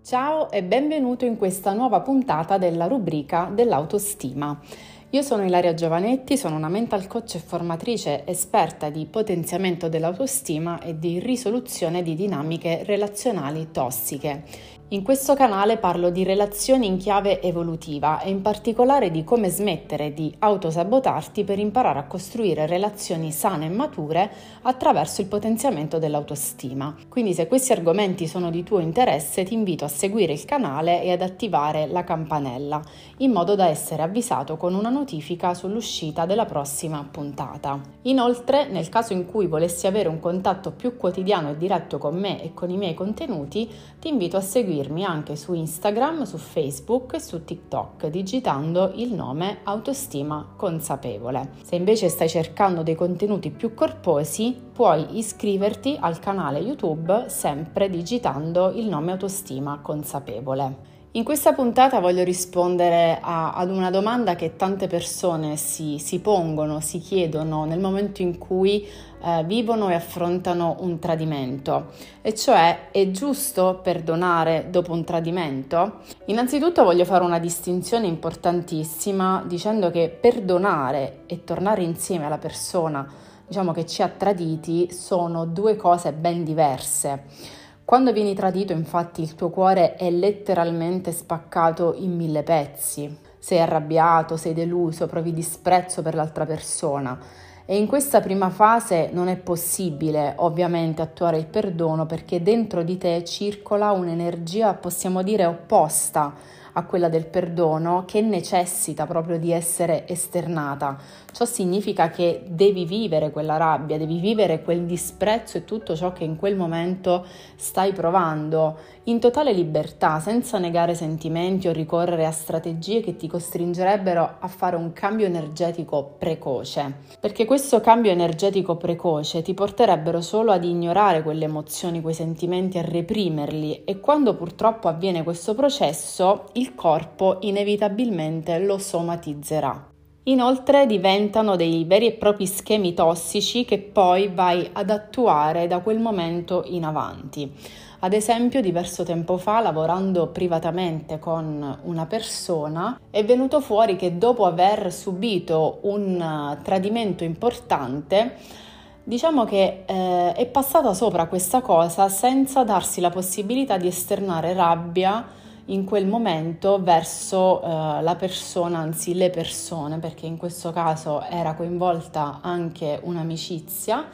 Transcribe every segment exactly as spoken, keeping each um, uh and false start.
Ciao e benvenuto in questa nuova puntata della rubrica dell'autostima. Io sono Ilaria Giovanetti, sono una mental coach e formatrice esperta di potenziamento dell'autostima e di risoluzione di dinamiche relazionali tossiche. In questo canale parlo di relazioni in chiave evolutiva e in particolare di come smettere di autosabotarti per imparare a costruire relazioni sane e mature attraverso il potenziamento dell'autostima. Quindi se questi argomenti sono di tuo interesse ti invito a seguire il canale e ad attivare la campanella in modo da essere avvisato con una notifica sull'uscita della prossima puntata. Inoltre, nel caso in cui volessi avere un contatto più quotidiano e diretto con me e con i miei contenuti, ti invito a seguirmi anche su Instagram, su Facebook e su TikTok digitando il nome Autostima Consapevole. Se invece stai cercando dei contenuti più corposi, puoi iscriverti al canale YouTube sempre digitando il nome Autostima Consapevole. In questa puntata voglio rispondere a, ad una domanda che tante persone si, si pongono, si chiedono nel momento in cui eh, vivono e affrontano un tradimento, e cioè: è giusto perdonare dopo un tradimento? Innanzitutto voglio fare una distinzione importantissima dicendo che perdonare e tornare insieme alla persona, diciamo, che ci ha traditi sono due cose ben diverse. Quando vieni tradito, infatti, il tuo cuore è letteralmente spaccato in mille pezzi. Sei arrabbiato, sei deluso, provi disprezzo per l'altra persona. E in questa prima fase non è possibile, ovviamente, attuare il perdono perché dentro di te circola un'energia, possiamo dire, opposta a quella del perdono, che necessita proprio di essere esternata. Ciò significa che devi vivere quella rabbia, devi vivere quel disprezzo e tutto ciò che in quel momento stai provando in totale libertà, senza negare sentimenti o ricorrere a strategie che ti costringerebbero a fare un cambio energetico precoce. Perché questo cambio energetico precoce ti porterebbero solo ad ignorare quelle emozioni, quei sentimenti, a reprimerli, e quando purtroppo avviene questo processo, il corpo inevitabilmente lo somatizzerà. Inoltre diventano dei veri e propri schemi tossici che poi vai ad attuare da quel momento in avanti. Ad esempio, diverso tempo fa, lavorando privatamente con una persona, è venuto fuori che dopo aver subito un tradimento importante, diciamo che eh, è passata sopra questa cosa senza darsi la possibilità di esternare rabbia in quel momento verso uh, la persona, anzi le persone, perché in questo caso era coinvolta anche un'amicizia.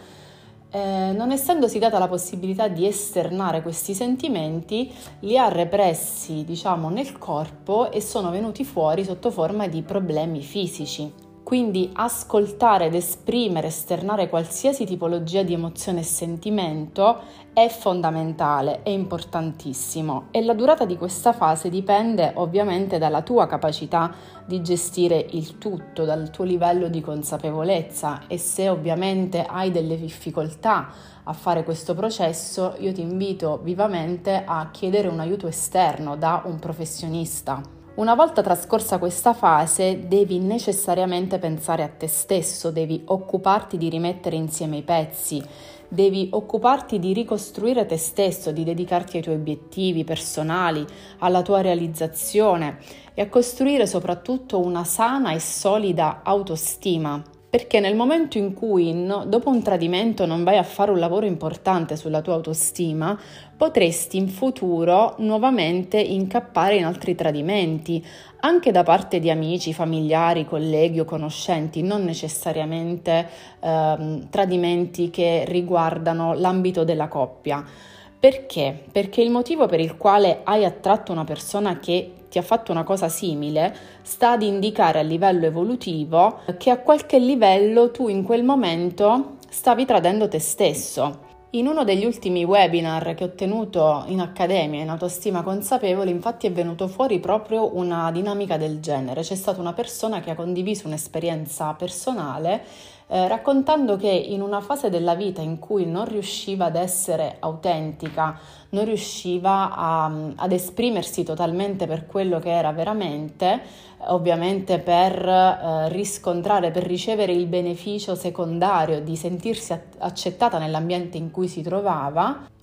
Eh, non essendosi data la possibilità di esternare questi sentimenti, li ha repressi, diciamo, nel corpo e sono venuti fuori sotto forma di problemi fisici. Quindi ascoltare ed esprimere, esternare qualsiasi tipologia di emozione e sentimento è fondamentale, è importantissimo, e la durata di questa fase dipende ovviamente dalla tua capacità di gestire il tutto, dal tuo livello di consapevolezza, e se ovviamente hai delle difficoltà a fare questo processo, io ti invito vivamente a chiedere un aiuto esterno da un professionista. Una volta trascorsa questa fase, devi necessariamente pensare a te stesso, devi occuparti di rimettere insieme i pezzi, devi occuparti di ricostruire te stesso, di dedicarti ai tuoi obiettivi personali, alla tua realizzazione e a costruire soprattutto una sana e solida autostima. Perché nel momento in cui no, dopo un tradimento non vai a fare un lavoro importante sulla tua autostima, potresti in futuro nuovamente incappare in altri tradimenti, anche da parte di amici, familiari, colleghi o conoscenti, non necessariamente ehm, tradimenti che riguardano l'ambito della coppia. Perché? Perché il motivo per il quale hai attratto una persona che ti ha fatto una cosa simile sta ad indicare a livello evolutivo che a qualche livello tu in quel momento stavi tradendo te stesso. In uno degli ultimi webinar che ho tenuto in accademia in autostima consapevole, infatti, è venuto fuori proprio una dinamica del genere. C'è stata una persona che ha condiviso un'esperienza personale eh, raccontando che in una fase della vita in cui non riusciva ad essere autentica, non riusciva a, ad esprimersi totalmente per quello che era veramente, ovviamente per eh, riscontrare, per ricevere il beneficio secondario di sentirsi accettata nell'ambiente in cui si trovava,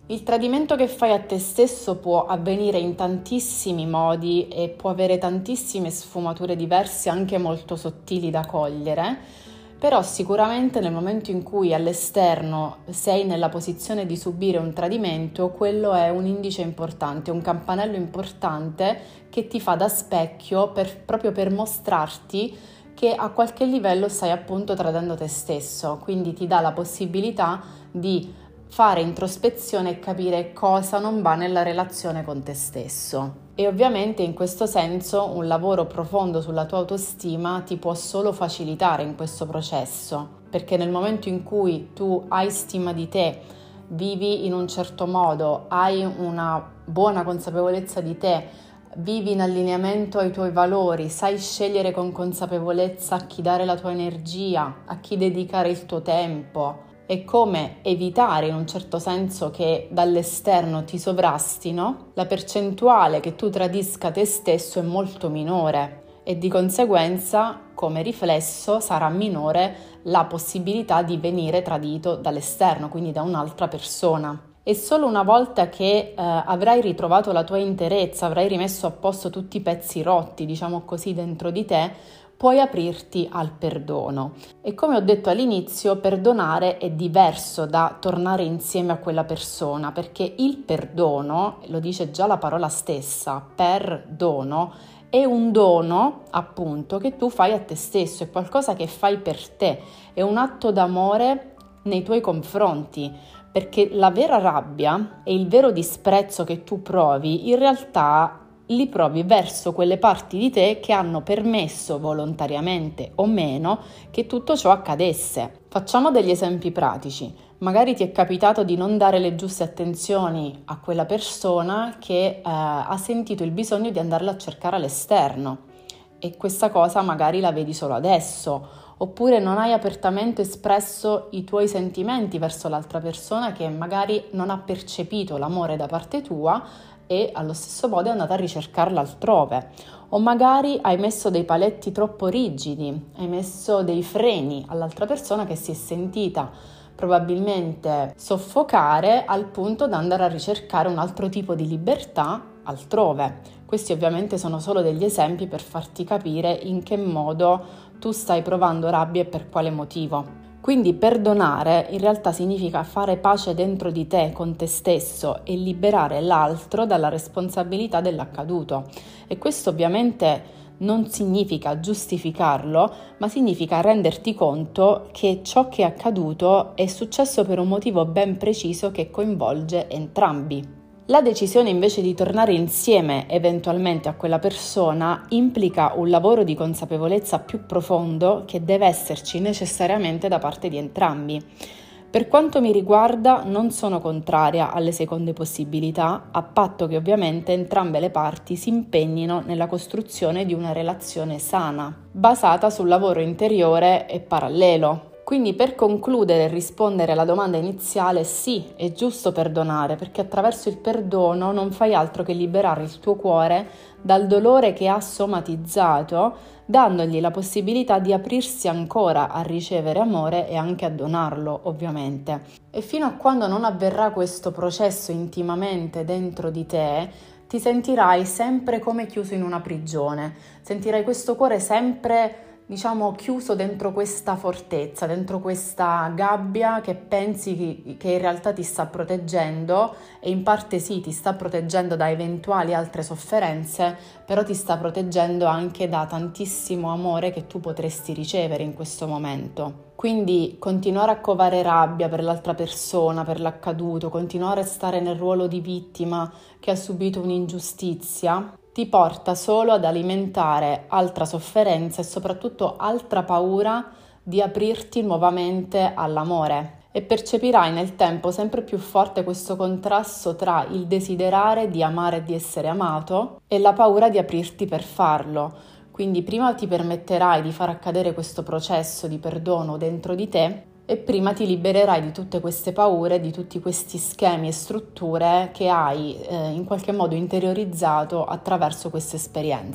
Il tradimento che fai a te stesso può avvenire in tantissimi modi e può avere tantissime sfumature diverse, anche molto sottili da cogliere, però sicuramente nel momento in cui all'esterno sei nella posizione di subire un tradimento, quello è un indice importante, un campanello importante che ti fa da specchio per, proprio per mostrarti che a qualche livello stai appunto tradendo te stesso, quindi ti dà la possibilità di fare introspezione e capire cosa non va nella relazione con te stesso. E ovviamente in questo senso un lavoro profondo sulla tua autostima ti può solo facilitare in questo processo, perché nel momento in cui tu hai stima di te, vivi in un certo modo, hai una buona consapevolezza di te, vivi in allineamento ai tuoi valori, sai scegliere con consapevolezza a chi dare la tua energia, a chi dedicare il tuo tempo, e come evitare in un certo senso che dall'esterno ti sovrastino, la percentuale che tu tradisca te stesso è molto minore e di conseguenza, come riflesso, sarà minore la possibilità di venire tradito dall'esterno, quindi da un'altra persona. E solo una volta che eh, avrai ritrovato la tua interezza, avrai rimesso a posto tutti i pezzi rotti, diciamo così, dentro di te, puoi aprirti al perdono. E come ho detto all'inizio, perdonare è diverso da tornare insieme a quella persona, perché il perdono, lo dice già la parola stessa, perdono, è un dono appunto che tu fai a te stesso, è qualcosa che fai per te, è un atto d'amore nei tuoi confronti, perché la vera rabbia e il vero disprezzo che tu provi in realtà li provi verso quelle parti di te che hanno permesso, volontariamente o meno, che tutto ciò accadesse. Facciamo degli esempi pratici. Magari ti è capitato di non dare le giuste attenzioni a quella persona che eh, ha sentito il bisogno di andarla a cercare all'esterno e questa cosa magari la vedi solo adesso, oppure non hai apertamente espresso i tuoi sentimenti verso l'altra persona che magari non ha percepito l'amore da parte tua e allo stesso modo è andata a ricercarla altrove, o magari hai messo dei paletti troppo rigidi, hai messo dei freni all'altra persona che si è sentita probabilmente soffocare al punto da andare a ricercare un altro tipo di libertà altrove. Questi ovviamente sono solo degli esempi per farti capire in che modo tu stai provando rabbia e per quale motivo. Quindi perdonare in realtà significa fare pace dentro di te, con te stesso e liberare l'altro dalla responsabilità dell'accaduto. E questo ovviamente non significa giustificarlo, ma significa renderti conto che ciò che è accaduto è successo per un motivo ben preciso che coinvolge entrambi. La decisione invece di tornare insieme eventualmente a quella persona implica un lavoro di consapevolezza più profondo che deve esserci necessariamente da parte di entrambi. Per quanto mi riguarda non sono contraria alle seconde possibilità, a patto che ovviamente entrambe le parti si impegnino nella costruzione di una relazione sana, basata sul lavoro interiore e parallelo. Quindi per concludere e rispondere alla domanda iniziale, sì, è giusto perdonare, perché attraverso il perdono non fai altro che liberare il tuo cuore dal dolore che ha somatizzato, dandogli la possibilità di aprirsi ancora a ricevere amore e anche a donarlo, ovviamente. E fino a quando non avverrà questo processo intimamente dentro di te, ti sentirai sempre come chiuso in una prigione, sentirai questo cuore sempre diciamo chiuso dentro questa fortezza, dentro questa gabbia che pensi che, che in realtà ti sta proteggendo, e in parte sì, ti sta proteggendo da eventuali altre sofferenze, però ti sta proteggendo anche da tantissimo amore che tu potresti ricevere in questo momento. Quindi continuare a covare rabbia per l'altra persona, per l'accaduto, continuare a stare nel ruolo di vittima che ha subito un'ingiustizia, ti porta solo ad alimentare altra sofferenza e soprattutto altra paura di aprirti nuovamente all'amore. E percepirai nel tempo sempre più forte questo contrasto tra il desiderare di amare e di essere amato e la paura di aprirti per farlo. Quindi prima ti permetterai di far accadere questo processo di perdono dentro di te e prima ti libererai di tutte queste paure, di tutti questi schemi e strutture che hai eh, in qualche modo interiorizzato attraverso questa esperienza.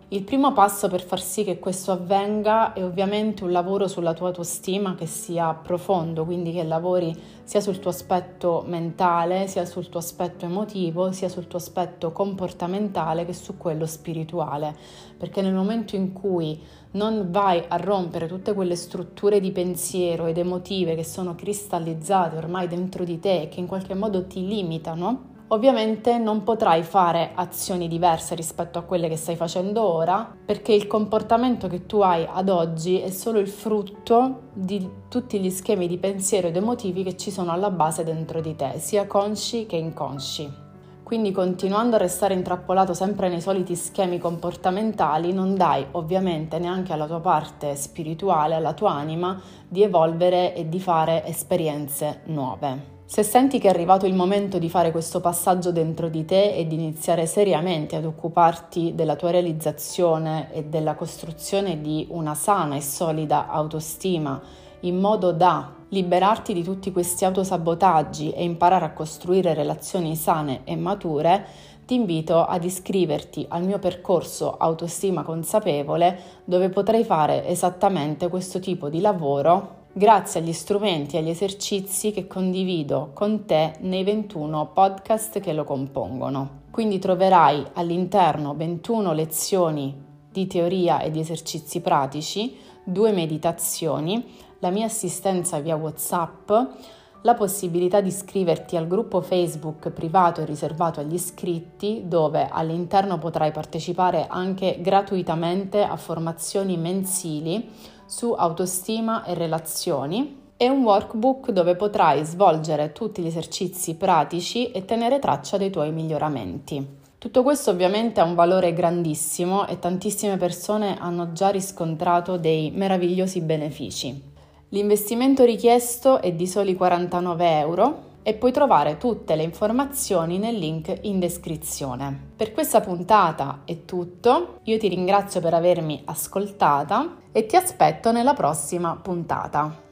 Il primo passo per far sì che questo avvenga è ovviamente un lavoro sulla tua autostima che sia profondo, quindi che lavori sia sul tuo aspetto mentale, sia sul tuo aspetto emotivo, sia sul tuo aspetto comportamentale che su quello spirituale, perché nel momento in cui non vai a rompere tutte quelle strutture di pensiero ed emotive che sono cristallizzate ormai dentro di te e che in qualche modo ti limitano, ovviamente non potrai fare azioni diverse rispetto a quelle che stai facendo ora, perché il comportamento che tu hai ad oggi è solo il frutto di tutti gli schemi di pensiero ed emotivi che ci sono alla base dentro di te, sia consci che inconsci. Quindi continuando a restare intrappolato sempre nei soliti schemi comportamentali, non dai ovviamente neanche alla tua parte spirituale, alla tua anima, di evolvere e di fare esperienze nuove. Se senti che è arrivato il momento di fare questo passaggio dentro di te e di iniziare seriamente ad occuparti della tua realizzazione e della costruzione di una sana e solida autostima, in modo da liberarti di tutti questi autosabotaggi e imparare a costruire relazioni sane e mature, ti invito ad iscriverti al mio percorso Autostima Consapevole, dove potrai fare esattamente questo tipo di lavoro grazie agli strumenti e agli esercizi che condivido con te nei ventuno podcast che lo compongono. Quindi troverai all'interno ventuno lezioni di teoria e di esercizi pratici, due meditazioni, la mia assistenza via WhatsApp, la possibilità di iscriverti al gruppo Facebook privato e riservato agli iscritti, dove all'interno potrai partecipare anche gratuitamente a formazioni mensili su autostima e relazioni, e un workbook dove potrai svolgere tutti gli esercizi pratici e tenere traccia dei tuoi miglioramenti. Tutto questo ovviamente ha un valore grandissimo e tantissime persone hanno già riscontrato dei meravigliosi benefici. L'investimento richiesto è di soli quarantanove euro e puoi trovare tutte le informazioni nel link in descrizione. Per questa puntata è tutto, io ti ringrazio per avermi ascoltata e ti aspetto nella prossima puntata.